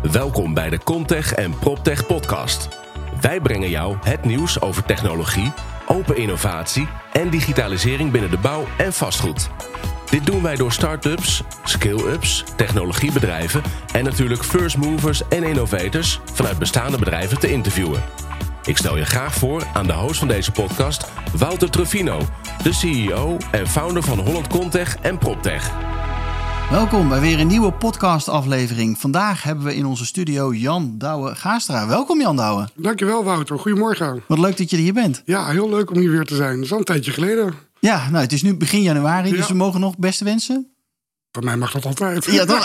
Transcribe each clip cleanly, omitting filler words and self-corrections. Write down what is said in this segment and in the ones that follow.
Welkom bij de Comtech en PropTech podcast. Wij brengen jou het nieuws over technologie, open innovatie en digitalisering binnen de bouw en vastgoed. Dit doen wij door start-ups, scale-ups, technologiebedrijven en natuurlijk first movers en innovators vanuit bestaande bedrijven te interviewen. Ik stel je graag voor aan de host van deze podcast, Wouter Truffino, de CEO en founder van Holland Comtech en PropTech. Welkom bij weer een nieuwe podcastaflevering. Vandaag hebben we in onze studio Jan Douwe-Gaastra. Welkom Jan Douwe. Dankjewel Wouter, goedemorgen. Wat leuk dat je hier bent. Ja, heel leuk om hier weer te zijn. Dat is al een tijdje geleden. Ja, nou het is nu begin januari, dus we mogen nog beste wensen. Van mij mag dat altijd. Ja, toch?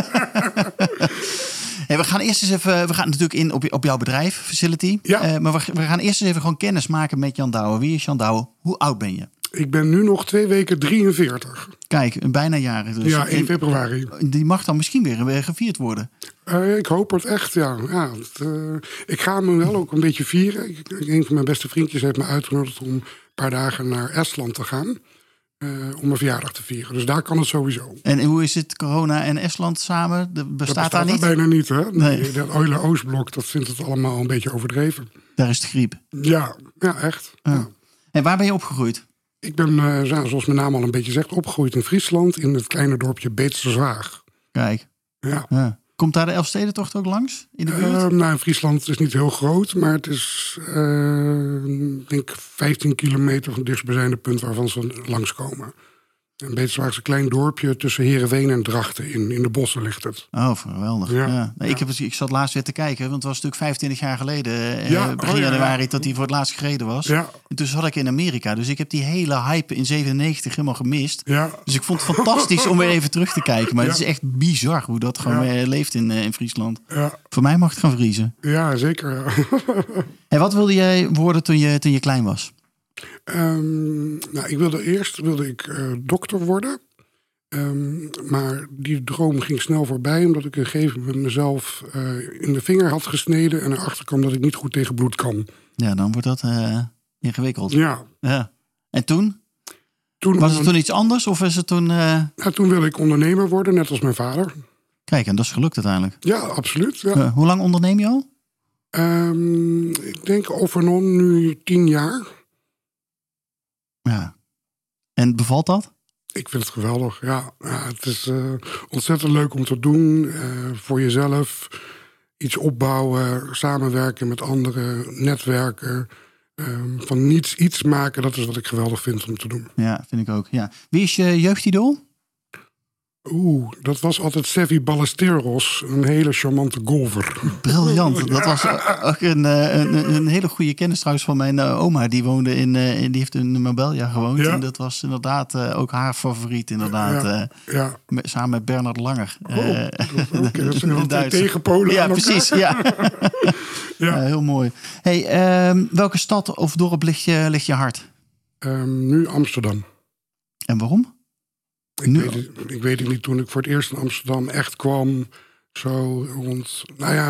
Hey, we gaan eerst eens even, we gaan natuurlijk in op jouw bedrijf, Facility. Ja. Maar we gaan eerst eens even gewoon kennis maken met Jan Douwe. Wie is Jan Douwe? Hoe oud ben je? Ik ben nu nog 2 weken 43. Kijk, bijna jaren. Dus. Ja, 1 februari. Die mag dan misschien weer gevierd worden. Ik hoop het echt, ja. Ik ga me wel ook een beetje vieren. Een van mijn beste vriendjes heeft me uitgenodigd om een paar dagen naar Estland te gaan. Om mijn verjaardag te vieren. Dus daar kan het sowieso. En hoe is het corona en Estland samen? Dat bestaat daar niet? Bijna niet, hè? Nee. Dat Oostblok, dat vindt het allemaal een beetje overdreven. Daar is de griep. Ja, echt. Ja. En waar ben je opgegroeid? Ik ben, zoals mijn naam al een beetje zegt, opgegroeid in Friesland. In het kleine dorpje Beetsterzwaag. Kijk. Ja. Komt daar de Elfstedentocht ook langs in de buurt? Nou, Friesland is niet heel groot, maar het is denk 15 kilometer van het dichtstbijzijnde punt waarvan ze langskomen. En Beetsterzwaag is een klein dorpje tussen Heerenveen en Drachten. In de bossen ligt het. Oh, geweldig. Ja. Nee, ik zat laatst weer te kijken, want het was natuurlijk 25 jaar geleden, begin januari, dat hij voor het laatst gereden was. Ja. En toen zat ik in Amerika, dus ik heb die hele hype in 97 helemaal gemist. Ja. Dus ik vond het fantastisch om weer even terug te kijken. Maar het is echt bizar hoe dat gewoon leeft in Friesland. Ja. Voor mij mag het gaan vriezen. Ja, zeker. Ja. En wat wilde jij worden toen je klein was? Ik wilde dokter worden. Maar die droom ging snel voorbij, omdat ik een gegeven moment mezelf in de vinger had gesneden en erachter kwam dat ik niet goed tegen bloed kan. Ja, dan wordt dat ingewikkeld. Ja. En toen? Was het toen iets anders of is het toen... Toen wilde ik ondernemer worden, net als mijn vader. Kijk, en dat is gelukt uiteindelijk. Ja, absoluut. Ja. Hoe lang onderneem je al? Ik denk off en on nu 10 jaar. Ja. En bevalt dat? Ik vind het geweldig, ja. Het is ontzettend leuk om te doen. Voor jezelf iets opbouwen, samenwerken met anderen, netwerken. Van niets iets maken, dat is wat ik geweldig vind om te doen. Ja, vind ik ook. Ja. Wie is je jeugdidool? Dat was altijd Seve Ballesteros, een hele charmante golfer. Briljant. Dat was ook een hele goede kennis trouwens van mijn oma. Die woonde die heeft in Marbella gewoond. Ja. En dat was inderdaad ook haar favoriet inderdaad. Samen met Bernard Langer. Dat zijn wel tegenpolen. Ja, precies. Ja. Heel mooi. Hey, welke stad of dorp ligt je hart? Nu Amsterdam. En waarom? Ik weet het niet, toen ik voor het eerst in Amsterdam echt kwam, zo rond...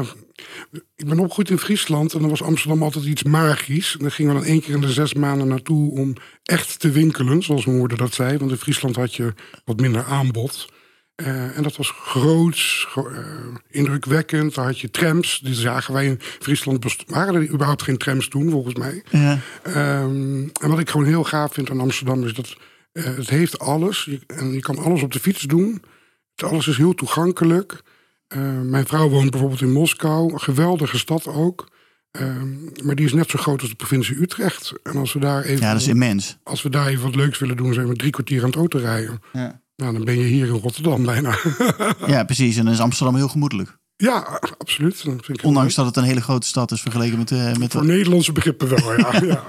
ik ben opgegroeid in Friesland en dan was Amsterdam altijd iets magisch. En dan gingen we dan 1 keer in de 6 maanden naartoe om echt te winkelen, zoals mijn moeder dat zei. Want in Friesland had je wat minder aanbod. En dat was groots, indrukwekkend. Daar had je trams, die zagen wij in Friesland. Waren er überhaupt geen trams toen, volgens mij. Ja. En wat ik gewoon heel gaaf vind aan Amsterdam is dat... het heeft alles. Je kan alles op de fiets doen. Alles is heel toegankelijk. Mijn vrouw woont bijvoorbeeld in Moskou. Een geweldige stad ook. Maar die is net zo groot als de provincie Utrecht. En als we daar even... Ja, dat is immens. Als we daar even wat leuks willen doen, zijn we 3 kwartier aan het autorijden. Ja. Nou, dan ben je hier in Rotterdam bijna. Ja, precies. En dan is Amsterdam heel gemoedelijk. Ja, absoluut. Dat vind ik ondanks dat het een hele grote stad is vergeleken met voor Nederlandse begrippen wel, ja.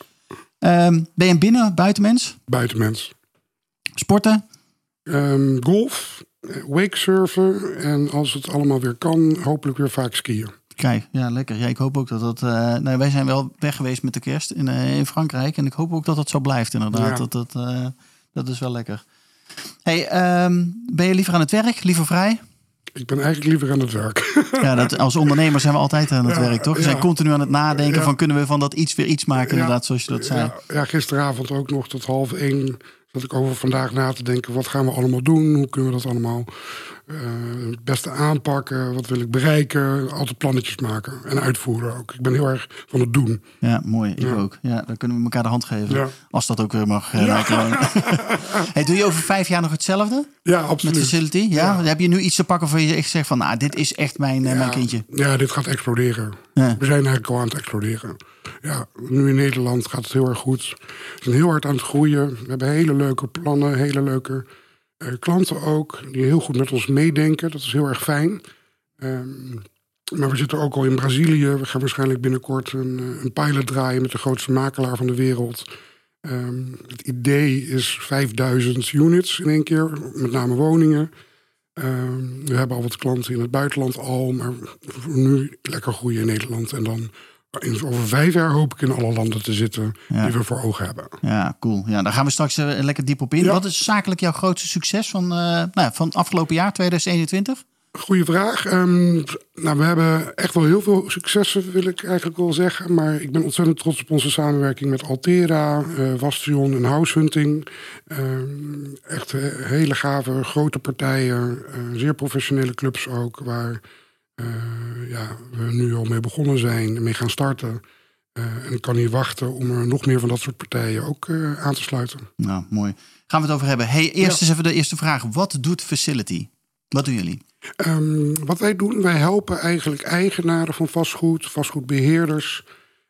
Ben je een binnen- buitenmens? Buitenmens. Sporten? Golf, wakesurfen en als het allemaal weer kan, hopelijk weer vaak skiën. Kijk, ja, lekker. Ja, ik hoop ook dat dat... wij zijn wel weg geweest met de kerst in Frankrijk en ik hoop ook dat dat zo blijft inderdaad. Ja. Dat is wel lekker. Hey, ben je liever aan het werk, liever vrij? Ik ben eigenlijk liever aan het werk. Ja, als ondernemer zijn we altijd aan het werk, toch? We zijn continu aan het nadenken van kunnen we van dat iets weer iets maken, inderdaad, zoals je dat zei. Ja, gisteravond ook nog tot 12:30 zat ik over vandaag na te denken. Wat gaan we allemaal doen? Hoe kunnen we dat allemaal Het beste aanpakken, wat wil ik bereiken, altijd plannetjes maken en uitvoeren ook. Ik ben heel erg van het doen. Ja, mooi. Ik ook. Ja, dan kunnen we elkaar de hand geven. Als dat ook weer mag. Hey, doe je over 5 jaar nog hetzelfde? Ja, absoluut. Met Facility? Ja? Heb je nu iets te pakken voor je echt zegt van, dit is echt mijn kindje? Ja, dit gaat exploderen. Ja. We zijn eigenlijk al aan het exploderen. Ja, nu in Nederland gaat het heel erg goed. We zijn heel hard aan het groeien. We hebben hele leuke plannen, hele leuke klanten ook, die heel goed met ons meedenken. Dat is heel erg fijn. Maar we zitten ook al in Brazilië. We gaan waarschijnlijk binnenkort een pilot draaien met de grootste makelaar van de wereld. Het idee is 5000 units in 1 keer, met name woningen. We hebben al wat klanten in het buitenland al, maar voor nu lekker groeien in Nederland. En dan over 5 jaar hoop ik in alle landen te zitten die we voor ogen hebben. Ja, cool. Ja, daar gaan we straks lekker diep op in. Ja. Wat is zakelijk jouw grootste succes van afgelopen jaar, 2021? Goeie vraag. We hebben echt wel heel veel successen, wil ik eigenlijk wel zeggen. Maar ik ben ontzettend trots op onze samenwerking met Altera, Wastion en Househunting. Echt hele gave, grote partijen. Zeer professionele clubs ook, waar we nu al mee begonnen zijn en mee gaan starten. En ik kan niet wachten om er nog meer van dat soort partijen ook aan te sluiten. Nou, mooi. Gaan we het over hebben. Hey, eerst eens even de eerste vraag. Wat doet Facility? Wat doen jullie? Wat wij doen, wij helpen eigenlijk eigenaren van vastgoed, vastgoedbeheerders,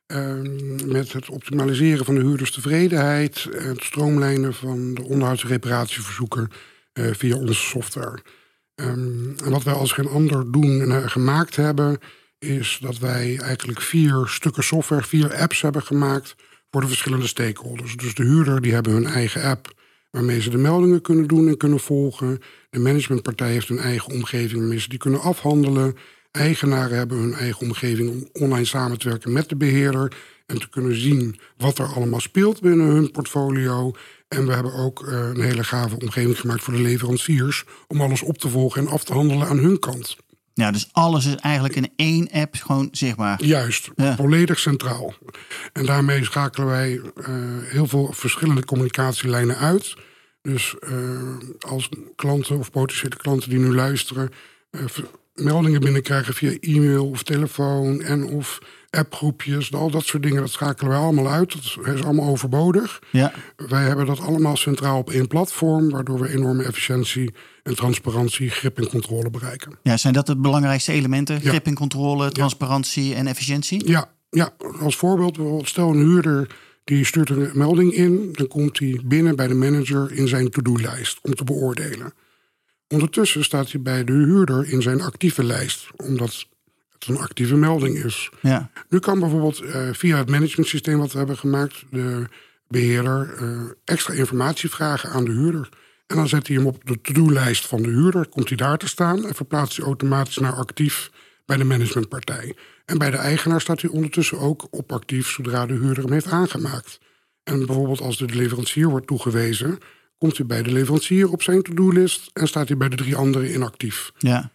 met het optimaliseren van de huurderstevredenheid, het stroomlijnen van de onderhouds- en reparatieverzoeken via onze software. En wat wij als geen ander doen en gemaakt hebben, is dat wij eigenlijk 4 stukken software, 4 apps hebben gemaakt voor de verschillende stakeholders. Dus de huurder, die hebben hun eigen app waarmee ze de meldingen kunnen doen en kunnen volgen. De managementpartij heeft hun eigen omgeving waarmee ze die kunnen afhandelen. Eigenaren hebben hun eigen omgeving om online samen te werken met de beheerder en te kunnen zien wat er allemaal speelt binnen hun portfolio. En we hebben ook een hele gave omgeving gemaakt voor de leveranciers om alles op te volgen en af te handelen aan hun kant. Ja, dus alles is eigenlijk in 1 app gewoon zichtbaar. Juist, volledig centraal. En daarmee schakelen wij heel veel verschillende communicatielijnen uit. Dus als klanten of potentiële klanten die nu luisteren meldingen binnenkrijgen via e-mail of telefoon en of appgroepjes, al dat soort dingen, dat schakelen wij allemaal uit. Dat is allemaal overbodig. Ja. Wij hebben dat allemaal centraal op 1 platform, waardoor we enorme efficiëntie en transparantie, grip en controle bereiken. Ja, zijn dat de belangrijkste elementen? Grip en controle, transparantie en efficiëntie? Ja, als voorbeeld, stel een huurder die stuurt een melding in, dan komt hij binnen bij de manager in zijn to-do-lijst om te beoordelen. Ondertussen staat hij bij de huurder in zijn actieve lijst, omdat het een actieve melding is. Ja. Nu kan bijvoorbeeld via het managementsysteem wat we hebben gemaakt, de beheerder extra informatie vragen aan de huurder. En dan zet hij hem op de to-do-lijst van de huurder, komt hij daar te staan en verplaatst hij automatisch naar actief bij de managementpartij. En bij de eigenaar staat hij ondertussen ook op actief zodra de huurder hem heeft aangemaakt. En bijvoorbeeld als de leverancier wordt toegewezen, komt hij bij de leverancier op zijn to-do-list en staat hij bij de 3 anderen inactief. Ja.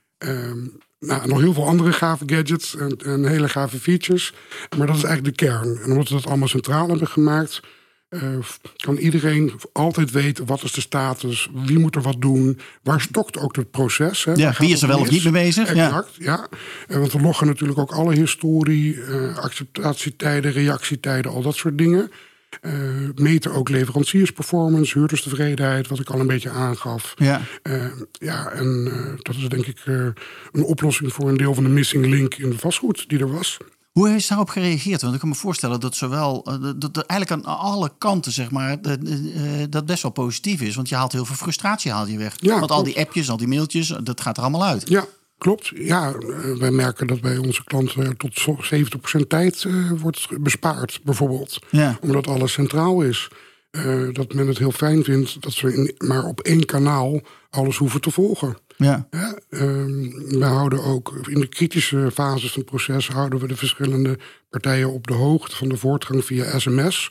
Nog heel veel andere gave gadgets en hele gave features. Maar dat is eigenlijk de kern. En omdat we dat allemaal centraal hebben gemaakt, kan iedereen altijd weten wat is de status, wie moet er wat doen, waar stokt ook het proces. Hè? Ja, wie is er wel of niet mee bezig? Exact, ja. Want we loggen natuurlijk ook alle historie, acceptatietijden, reactietijden, al dat soort dingen. Meten ook leveranciersperformance, huurderstevredenheid, wat ik al een beetje aangaf. Ja. Dat is denk ik een oplossing voor een deel van de missing link in de vastgoed die er was. Hoe is daarop gereageerd? Want ik kan me voorstellen dat zowel dat eigenlijk aan alle kanten, zeg maar, dat best wel positief is. Want je haalt heel veel frustratie weg. Ja, want al die appjes, al die mailtjes, dat gaat er allemaal uit. Ja, klopt. Ja, wij merken dat bij onze klanten tot 70% tijd wordt bespaard, bijvoorbeeld. Ja. Omdat alles centraal is. Dat men het heel fijn vindt dat we maar op 1 kanaal alles hoeven te volgen. Ja. We houden ook in de kritische fases van het proces houden we de verschillende partijen op de hoogte van de voortgang via sms.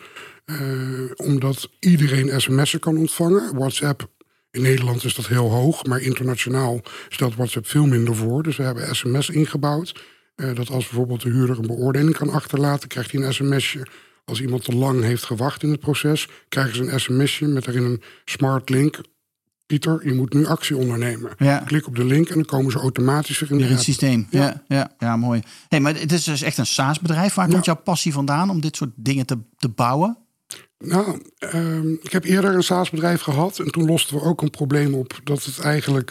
Omdat iedereen sms'en kan ontvangen. WhatsApp, in Nederland is dat heel hoog, maar internationaal stelt WhatsApp veel minder voor. Dus we hebben sms ingebouwd. Dat als bijvoorbeeld de huurder een beoordeling kan achterlaten, krijgt hij een sms'je. Als iemand te lang heeft gewacht in het proces, krijgen ze een sms'je met daarin een smart link. Pieter, je moet nu actie ondernemen. Ja. Klik op de link en dan komen ze automatisch weer in het systeem. Ja, mooi. Hey, maar het is dus echt een SaaS-bedrijf. Waar komt jouw passie vandaan om dit soort dingen te bouwen? Nou, ik heb eerder een SaaS-bedrijf gehad. En toen losten we ook een probleem op dat het eigenlijk...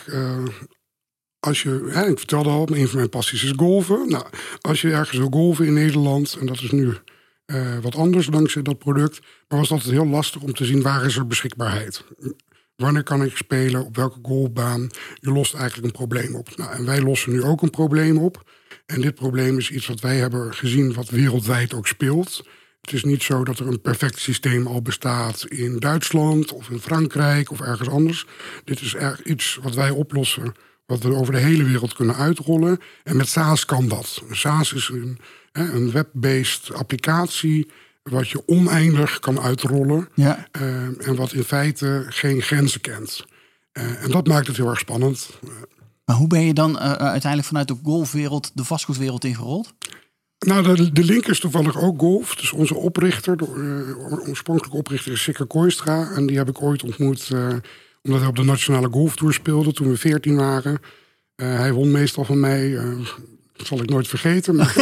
ik vertelde al, een van mijn passies is golven. Nou, als je ergens wil golven in Nederland... en dat is nu wat anders dankzij dat product... maar was altijd heel lastig om te zien waar is er beschikbaarheid. Wanneer kan ik spelen, op welke golfbaan? Je lost eigenlijk een probleem op. Nou, en wij lossen nu ook een probleem op. En dit probleem is iets wat wij hebben gezien... wat wereldwijd ook speelt... Het is niet zo dat er een perfect systeem al bestaat in Duitsland of in Frankrijk of ergens anders. Dit is iets wat wij oplossen, wat we over de hele wereld kunnen uitrollen. En met SaaS kan dat. SaaS is een web-based applicatie wat je oneindig kan uitrollen. Ja. En wat in feite geen grenzen kent. En dat maakt het heel erg spannend. Maar hoe ben je dan uiteindelijk vanuit de golfwereld de vastgoedwereld ingerold? Nou, de link is toevallig ook golf. Dus onze oprichter, de oorspronkelijke oprichter is Sikker Kooistra. En die heb ik ooit ontmoet omdat hij op de Nationale Golftour speelde toen we 14 waren. Hij won meestal van mij. Dat zal ik nooit vergeten. Maar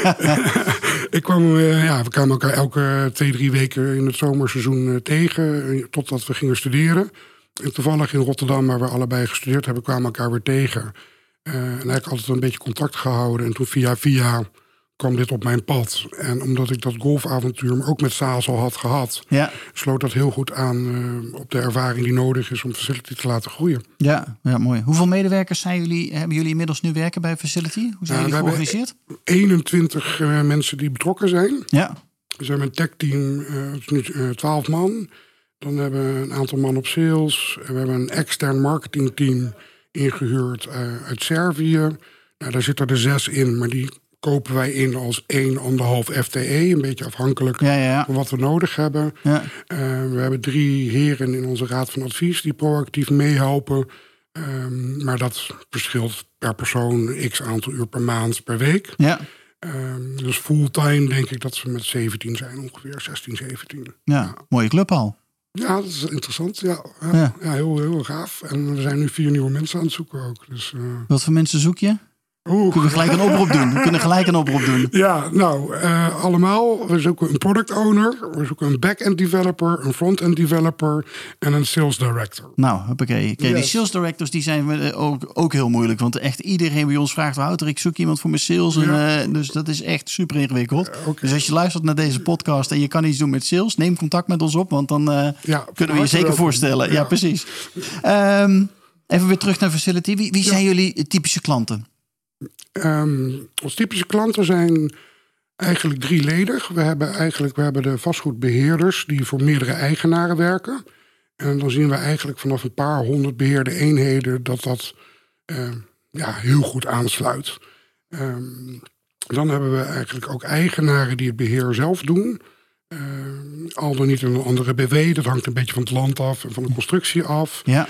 we kwamen elkaar elke 2-3 weken in het zomerseizoen tegen. Totdat we gingen studeren. En toevallig in Rotterdam, waar we allebei gestudeerd hebben, kwamen we elkaar weer tegen. En eigenlijk altijd een beetje contact gehouden. En toen via kwam dit op mijn pad. En omdat ik dat golfavontuur ook met SaaS al had gehad... sloot dat heel goed aan op de ervaring die nodig is om Facility te laten groeien. Ja, mooi. Hoeveel medewerkers hebben jullie inmiddels nu werken bij Facility? Hoe zijn jullie georganiseerd? 21 mensen die betrokken zijn. Ja. We zijn een techteam, nu 12 man. Dan hebben we een aantal man op sales. We hebben een extern marketingteam ingehuurd uit Servië. Nou, daar zitten er 6 in, maar die kopen wij in als 1,5 FTE. Een beetje afhankelijk van wat we nodig hebben. Ja. We hebben 3 heren in onze raad van advies die proactief meehelpen. Maar dat verschilt per persoon x aantal uur per maand, per week. Ja. Dus fulltime denk ik dat we met 17 zijn ongeveer. 16, 17. Ja, mooie club al. Ja, dat is interessant. Ja, heel, heel gaaf. En we zijn nu 4 nieuwe mensen aan het zoeken ook. Dus, wat voor mensen zoek je? Kunnen we gelijk een oproep doen? Ja, nou, allemaal. We zoeken een product owner. We zoeken een back-end developer, een front-end developer en een sales director. Nou, hoppakee. Yes. Die sales directors die zijn ook heel moeilijk. Want echt iedereen bij ons vraagt, Wouter, ik zoek iemand voor mijn sales. Ja. En, dus dat is echt super ingewikkeld. Okay. Dus als je luistert naar deze podcast en je kan iets doen met sales, neem contact met ons op. Want dan kunnen we je zeker voorstellen. Ja, precies. Even weer terug naar Facility. Wie zijn jullie typische klanten? Ons typische klanten zijn eigenlijk 3-ledig. We hebben de vastgoedbeheerders die voor meerdere eigenaren werken. En dan zien we eigenlijk vanaf een paar 100 beheerde eenheden dat heel goed aansluit. Dan hebben we eigenlijk ook eigenaren die het beheer zelf doen. Al dan niet in een andere BW. Dat hangt een beetje van het land af en van de constructie af. Ja.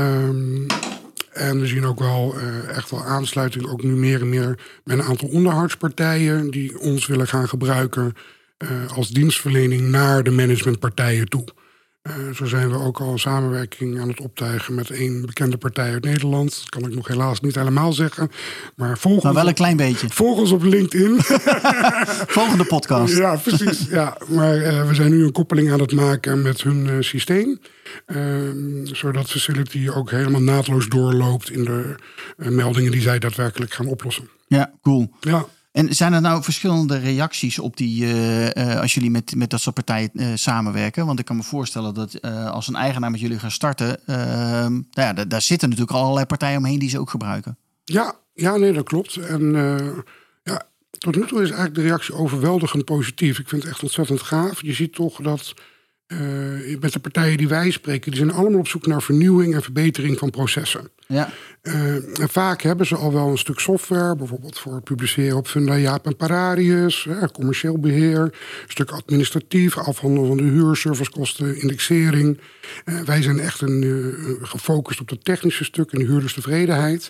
En we zien ook wel echt wel aansluiting, ook nu meer en meer bij een aantal onderhoudspartijen die ons willen gaan gebruiken als dienstverlening naar de managementpartijen toe. Zo zijn we ook al een samenwerking aan het optuigen met 1 bekende partij uit Nederland. Dat kan ik nog helaas niet helemaal zeggen. Maar wel een klein beetje. Volg ons op LinkedIn. Volgende podcast. Ja, precies. Ja. Maar we zijn nu een koppeling aan het maken met hun systeem. Zodat Facility ook helemaal naadloos doorloopt in de meldingen die zij daadwerkelijk gaan oplossen. Ja, cool. Ja. En zijn er nou verschillende reacties op die, als jullie met dat soort partijen samenwerken? Want ik kan me voorstellen dat als een eigenaar met jullie gaat starten, daar zitten natuurlijk allerlei partijen omheen die ze ook gebruiken. Ja, nee, dat klopt. En tot nu toe is eigenlijk de reactie overweldigend positief. Ik vind het echt ontzettend gaaf. Je ziet toch dat met de partijen die wij spreken, die zijn allemaal op zoek naar vernieuwing en verbetering van processen. Ja. En vaak hebben ze al wel een stuk software, bijvoorbeeld voor het publiceren op Funda, Jaap en Paradius, commercieel beheer, een stuk administratief, afhandelen van de huur, servicekosten, indexering. Wij zijn echt gefocust op het technische stuk en de huurderstevredenheid.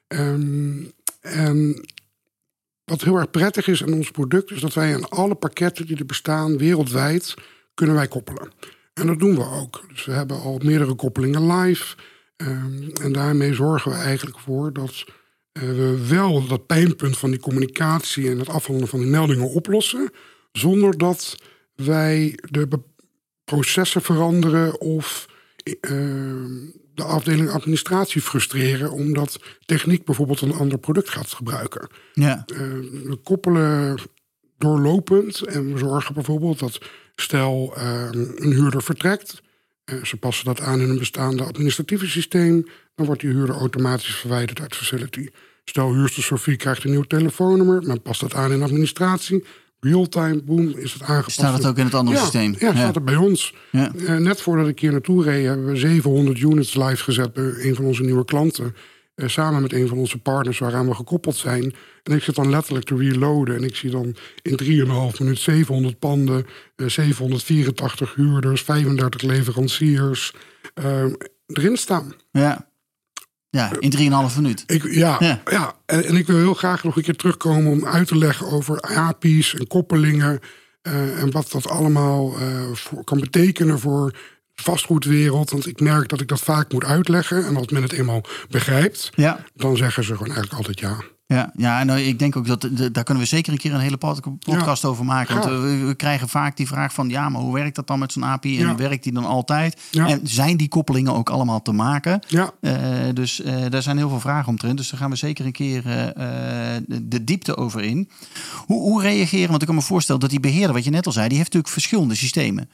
En wat heel erg prettig is aan ons product, is dat wij aan alle pakketten die er bestaan wereldwijd kunnen wij koppelen. En dat doen we ook. Dus we hebben al meerdere koppelingen live. En daarmee zorgen we eigenlijk voor dat we wel dat pijnpunt van die communicatie en het afhandelen van die meldingen oplossen, zonder dat wij de processen veranderen of de afdeling administratie frustreren, omdat techniek bijvoorbeeld een ander product gaat gebruiken. Ja. We koppelen doorlopend en we zorgen bijvoorbeeld dat stel een huurder vertrekt, ze passen dat aan in een bestaande administratieve systeem, dan wordt die huurder automatisch verwijderd uit facility. Stel huurster Sophie krijgt een nieuw telefoonnummer, men past dat aan in administratie. Realtime, boom, is het aangepast. Staat het ook in het andere systeem? Ja, staat er bij ons. Ja. Net voordat ik hier naartoe reed, hebben we 700 units live gezet bij een van onze nieuwe klanten. Samen met een van onze partners waaraan we gekoppeld zijn. En ik zit dan letterlijk te reloaden. En ik zie dan in 3,5 minuut 700 panden, 784 huurders, 35 leveranciers erin staan. Ja. Ja, in 3,5 minuut. Ja. En ik wil heel graag nog een keer terugkomen om uit te leggen over API's en koppelingen. En wat dat allemaal kan betekenen voor de vastgoedwereld. Want ik merk dat ik dat vaak moet uitleggen. En als men het eenmaal begrijpt, dan zeggen ze gewoon eigenlijk altijd ja. Ja, nou, ik denk ook dat daar kunnen we zeker een keer een hele podcast over maken. Want we krijgen vaak die vraag van, ja, maar hoe werkt dat dan met zo'n API? En werkt die dan altijd? Ja. En zijn die koppelingen ook allemaal te maken? Ja. Dus daar zijn heel veel vragen omtrent. Dus daar gaan we zeker een keer de diepte over in. Hoe reageren? Want ik kan me voorstellen dat die beheerder, wat je net al zei, die heeft natuurlijk verschillende systemen.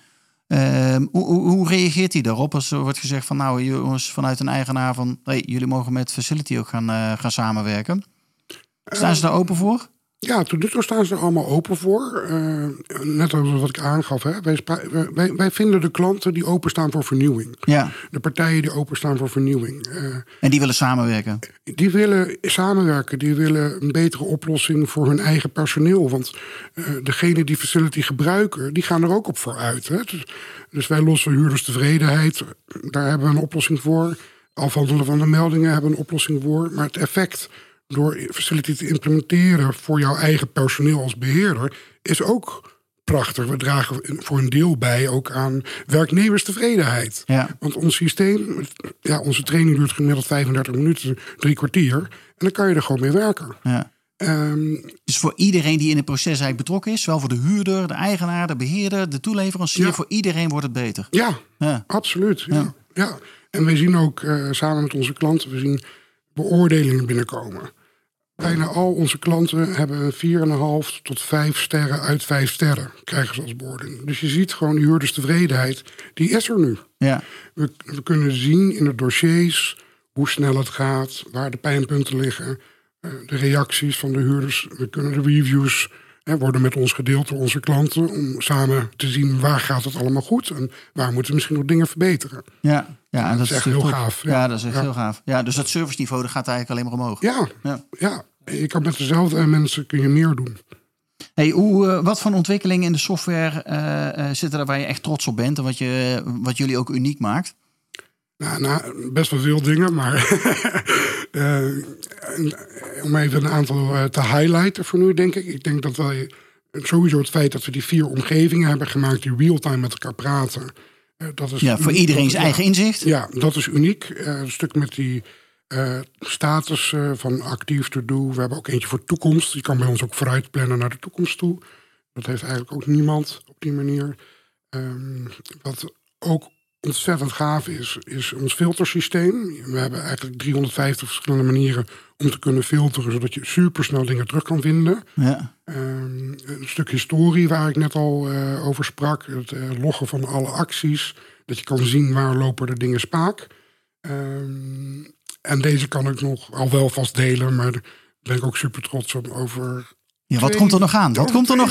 Hoe reageert hij daarop als er wordt gezegd van, nou jongens, vanuit een eigenaar van, hey, jullie mogen met Facility ook gaan samenwerken? Staan ze daar open voor? Ja, tot nu toe staan ze er allemaal open voor. Net als wat ik aangaf. Hè. Wij vinden de klanten die openstaan voor vernieuwing. Ja. De partijen die openstaan voor vernieuwing. En die willen samenwerken? Die willen samenwerken. Die willen een betere oplossing voor hun eigen personeel. Want degene die Facility gebruiken, die gaan er ook op vooruit. Hè. Dus wij lossen huurderstevredenheid. Daar hebben we een oplossing voor. Afhandelen van de meldingen hebben we een oplossing voor. Maar het effect door Facility te implementeren voor jouw eigen personeel als beheerder is ook prachtig. We dragen voor een deel bij ook aan werknemerstevredenheid. Ja. Want ons systeem, onze training duurt gemiddeld 35 minuten, 3 kwartier. En dan kan je er gewoon mee werken. Ja. Dus voor iedereen die in het proces eigenlijk betrokken is, zowel voor de huurder, de eigenaar, de beheerder, de toeleverancier, voor iedereen wordt het beter. Ja. Absoluut. Ja. En wij zien ook samen met onze klanten, we zien beoordelingen binnenkomen. Bijna al onze klanten hebben 4,5 tot 5 sterren uit 5 sterren. Krijgen ze als beoordeling. Dus je ziet gewoon de huurderstevredenheid. Die is er nu. Ja. We kunnen zien in de dossiers hoe snel het gaat. Waar de pijnpunten liggen. De reacties van de huurders. We kunnen de reviews worden met ons gedeeld door onze klanten. Om samen te zien waar gaat het allemaal goed. En waar moeten we misschien nog dingen verbeteren. Ja, dat is echt heel gaaf. Ja, dat is echt heel gaaf. Ja, dus dat serviceniveau dat gaat eigenlijk alleen maar omhoog. Ja. Je kan met dezelfde mensen kun je meer doen. Hey, wat voor ontwikkelingen in de software zitten er waar je echt trots op bent en wat jullie ook uniek maakt? Nou, best wel veel dingen, maar om even een aantal te highlighten voor nu, denk ik. Ik denk dat wij sowieso het feit dat we die 4 omgevingen hebben gemaakt die real-time met elkaar praten. Dat is voor iedereen zijn eigen inzicht? Ja, dat is uniek. Een stuk met die status van actief to do. We hebben ook eentje voor toekomst. Je kan bij ons ook vooruit plannen naar de toekomst toe. Dat heeft eigenlijk ook niemand op die manier. Wat ook ontzettend gaaf is ons filtersysteem. We hebben eigenlijk 350 verschillende manieren om te kunnen filteren, zodat je supersnel dingen terug kan vinden. Ja. Een stuk historie waar ik net al over sprak. Het loggen van alle acties. Dat je kan zien waar lopen de dingen spaak. En deze kan ik nog al wel vast delen, maar daar ben ik ook super trots op over. Ja, wat komt er nog aan?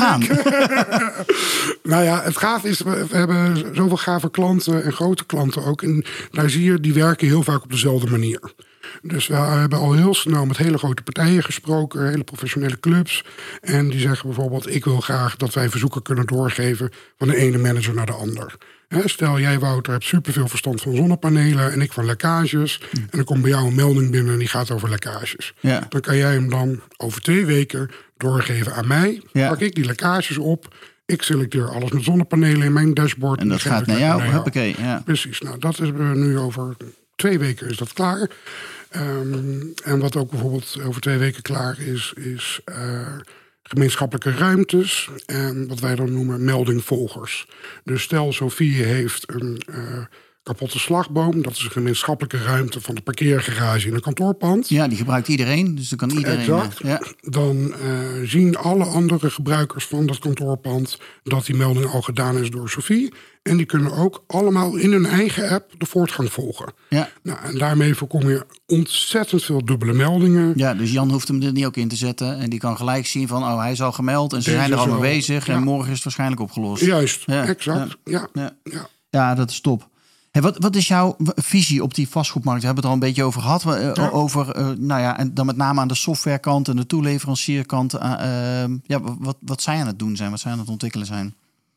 Nou ja, het gaaf is, we hebben zoveel gave klanten en grote klanten ook. En daar zie je, die werken heel vaak op dezelfde manier. Dus we hebben al heel snel met hele grote partijen gesproken, hele professionele clubs. En die zeggen bijvoorbeeld, ik wil graag dat wij verzoeken kunnen doorgeven van de ene manager naar de ander. Stel, jij Wouter hebt superveel verstand van zonnepanelen en ik van lekkages. En dan komt bij jou een melding binnen en die gaat over lekkages. Ja. Dan kan jij hem dan over 2 weken doorgeven aan mij. Ja. Pak ik die lekkages op. Ik selecteer alles met zonnepanelen in mijn dashboard. En dat gaat naar jou. Hoppakee, ja. Precies. Nou, dat hebben we nu over 2 weken is dat klaar. En wat ook bijvoorbeeld over 2 weken klaar is gemeenschappelijke ruimtes. En wat wij dan noemen meldingvolgers. Dus stel, Sophie heeft een kapotte slagboom. Dat is een gemeenschappelijke ruimte van de parkeergarage in een kantoorpand. Ja, die gebruikt iedereen. Dus dan kan iedereen... Exact. Ja. Dan zien alle andere gebruikers van dat kantoorpand dat die melding al gedaan is door Sophie. En die kunnen ook allemaal in hun eigen app de voortgang volgen. Ja. Nou, en daarmee voorkom je ontzettend veel dubbele meldingen. Ja, dus Jan hoeft hem er niet ook in te zetten. En die kan gelijk zien van, hij is al gemeld. En ze zijn er al mee bezig. Ja. En morgen is het waarschijnlijk opgelost. Juist, exact. Ja, dat is top. Hey, wat is jouw visie op die vastgoedmarkt? We hebben het er al een beetje over gehad. Over, en dan met name aan de softwarekant en de toeleverancierkant. Wat zij aan het doen zijn, wat zij aan het ontwikkelen zijn?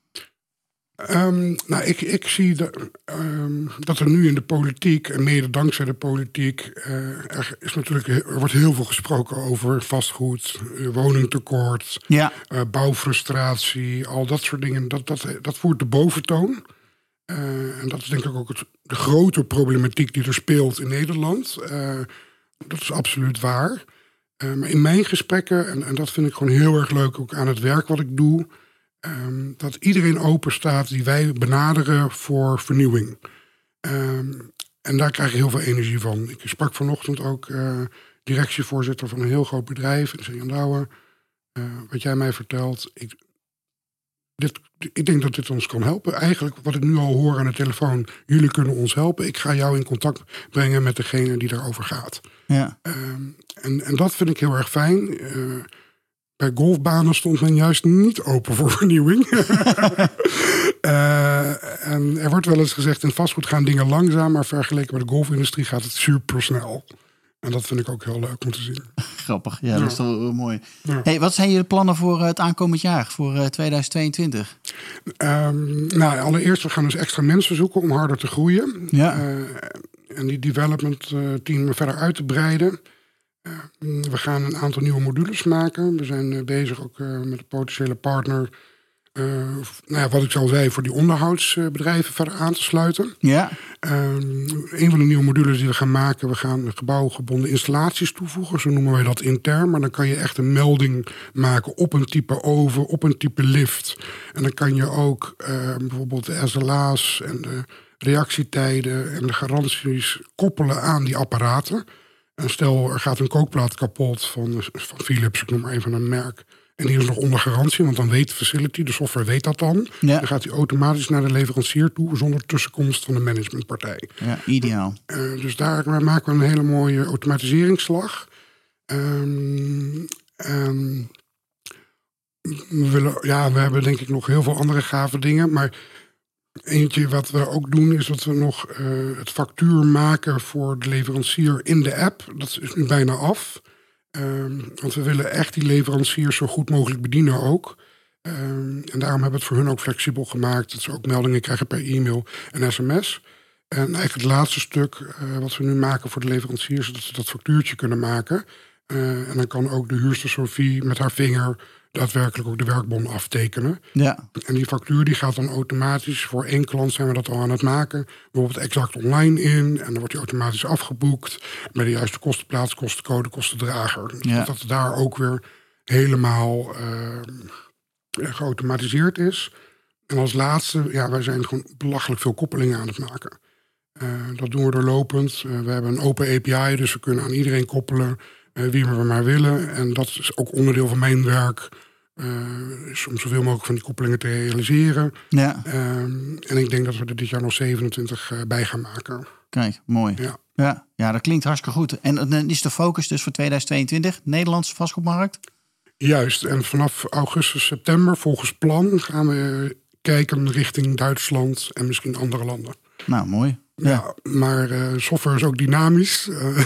Ik zie dat er nu in de politiek, en mede dankzij de politiek, er wordt heel veel gesproken over vastgoed, woningtekort, bouwfrustratie, al dat soort dingen. Dat voert de boventoon. En dat is denk ik ook de grote problematiek die er speelt in Nederland. Dat is absoluut waar. Maar in mijn gesprekken, en dat vind ik gewoon heel erg leuk ook aan het werk wat ik doe, dat iedereen open staat die wij benaderen voor vernieuwing. En daar krijg ik heel veel energie van. Ik sprak vanochtend ook directievoorzitter van een heel groot bedrijf. En zei: Jan Douwe, wat jij mij vertelt, ik denk dat dit ons kan helpen. Eigenlijk wat ik nu al hoor aan de telefoon, jullie kunnen ons helpen. Ik ga jou in contact brengen met degene die daarover gaat. Ja. En dat vind ik heel erg fijn. Bij golfbanen stond men juist niet open voor vernieuwing. En er wordt wel eens gezegd, in vastgoed gaan dingen langzaam, maar vergeleken met de golfindustrie gaat het supersnel. En dat vind ik ook heel leuk om te zien. Grappig, ja, dat is toch wel mooi. Ja. Hey, wat zijn je plannen voor het aankomend jaar, voor 2022? Allereerst, we gaan dus extra mensen zoeken om harder te groeien. Ja. En die development team verder uit te breiden. We gaan een aantal nieuwe modules maken. We zijn bezig ook met een potentiële partner, wat ik al zei, voor die onderhoudsbedrijven verder aan te sluiten. Ja. Een van de nieuwe modules die we gaan maken, we gaan gebouwgebonden installaties toevoegen. Zo noemen wij dat intern. Maar dan kan je echt een melding maken op een type oven, op een type lift. En dan kan je ook bijvoorbeeld de SLA's en de reactietijden en de garanties koppelen aan die apparaten. En stel, er gaat een kookplaat kapot van Philips, ik noem maar even een merk. En die is nog onder garantie, want dan weet de facility, de software weet dat dan. Ja. Dan gaat hij automatisch naar de leverancier toe, zonder tussenkomst van de managementpartij. Ja, ideaal. Dus daar maken we een hele mooie automatiseringsslag. We hebben denk ik nog heel veel andere gave dingen, maar eentje wat we ook doen is dat we nog het factuur maken voor de leverancier in de app. Dat is nu bijna af. Want we willen echt die leveranciers zo goed mogelijk bedienen ook. En daarom hebben we het voor hun ook flexibel gemaakt. Dat ze ook meldingen krijgen per e-mail en sms. En eigenlijk het laatste stuk wat we nu maken voor de leveranciers, is dat ze dat factuurtje kunnen maken. En dan kan ook de huurster Sophie met haar vinger daadwerkelijk ook de werkbon aftekenen. Ja. En die factuur die gaat dan automatisch, voor één klant zijn we dat al aan het maken, bijvoorbeeld exact online in. En dan wordt die automatisch afgeboekt met de juiste kostenplaats, kostencode, kostendrager. Ja. Dat het daar ook weer helemaal geautomatiseerd is. En als laatste, wij zijn gewoon belachelijk veel koppelingen aan het maken. Dat doen we doorlopend. We hebben een open API, dus we kunnen aan iedereen koppelen wie we maar willen. En dat is ook onderdeel van mijn werk. Om zoveel mogelijk van die koppelingen te realiseren. Ja. En ik denk dat we er dit jaar nog 27 bij gaan maken. Kijk, mooi. Ja, dat klinkt hartstikke goed. En dan is de focus dus voor 2022 Nederlandse vastgoedmarkt? Juist. En vanaf augustus, september, volgens plan, gaan we kijken richting Duitsland en misschien andere landen. Nou, mooi. Ja, maar software is ook dynamisch.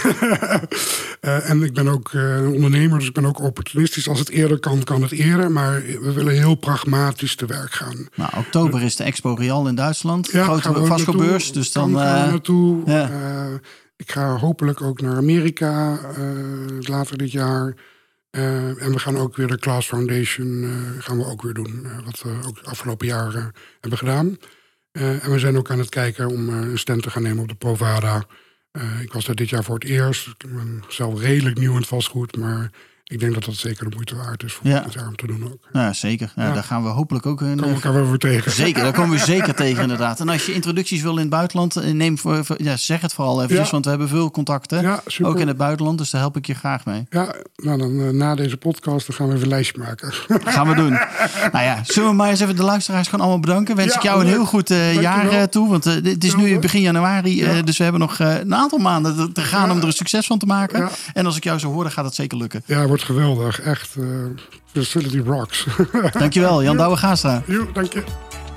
En ik ben ook ondernemer, dus ik ben ook opportunistisch. Als het eerder kan het eerder. Maar we willen heel pragmatisch te werk gaan. Nou, oktober is de Expo Real in Duitsland. Ja, grote vastgoedbeurs. Dus dan gaan we naartoe. Ja. Ik ga hopelijk ook naar Amerika later dit jaar. En we gaan ook weer de Class Foundation gaan we ook weer doen. Wat we ook afgelopen jaar hebben gedaan. En we zijn ook aan het kijken om een stand te gaan nemen op de Provada. Ik was daar dit jaar voor het eerst. Ik ben zelf redelijk nieuw in het vastgoed, maar ik denk dat dat zeker de moeite waard is voor het jaar om te doen ook. Nou, zeker. Daar gaan we hopelijk ook... Komen we elkaar wel weer tegen. Zeker, daar komen we zeker tegen inderdaad. En als je introducties wil in het buitenland, zeg het vooral eventjes, want we hebben veel contacten. Ook in het buitenland, dus daar help ik je graag mee. Ja, nou dan na deze podcast dan gaan we even een lijstje maken. Gaan we doen. Nou ja, zullen we maar eens even de luisteraars gewoon allemaal bedanken. Wens ik jou een heel goed jaar toe, want het is nu begin januari, dus we hebben nog een aantal maanden te gaan om er een succes van te maken. Ja. En als ik jou zo hoor, dan gaat het zeker lukken. Ja, wordt geweldig. Echt, Facility rocks. Dankjewel, Jan Douwe-Gaastra. Jo, dank je.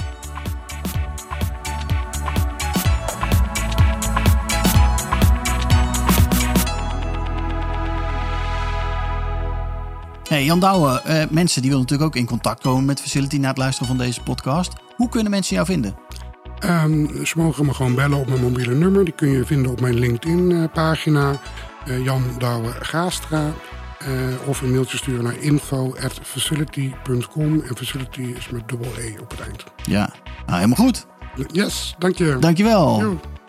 Hey, Jan Douwe, mensen die willen natuurlijk ook in contact komen met Facility na het luisteren van deze podcast. Hoe kunnen mensen jou vinden? Ze mogen me gewoon bellen op mijn mobiele nummer. Die kun je vinden op mijn LinkedIn-pagina. Jan Douwe-Gaastra. Of een mailtje sturen naar info@facility.com. En facility is met dubbel E op het eind. Ja, nou helemaal goed. Yes, dank je. Dankjewel. Jo.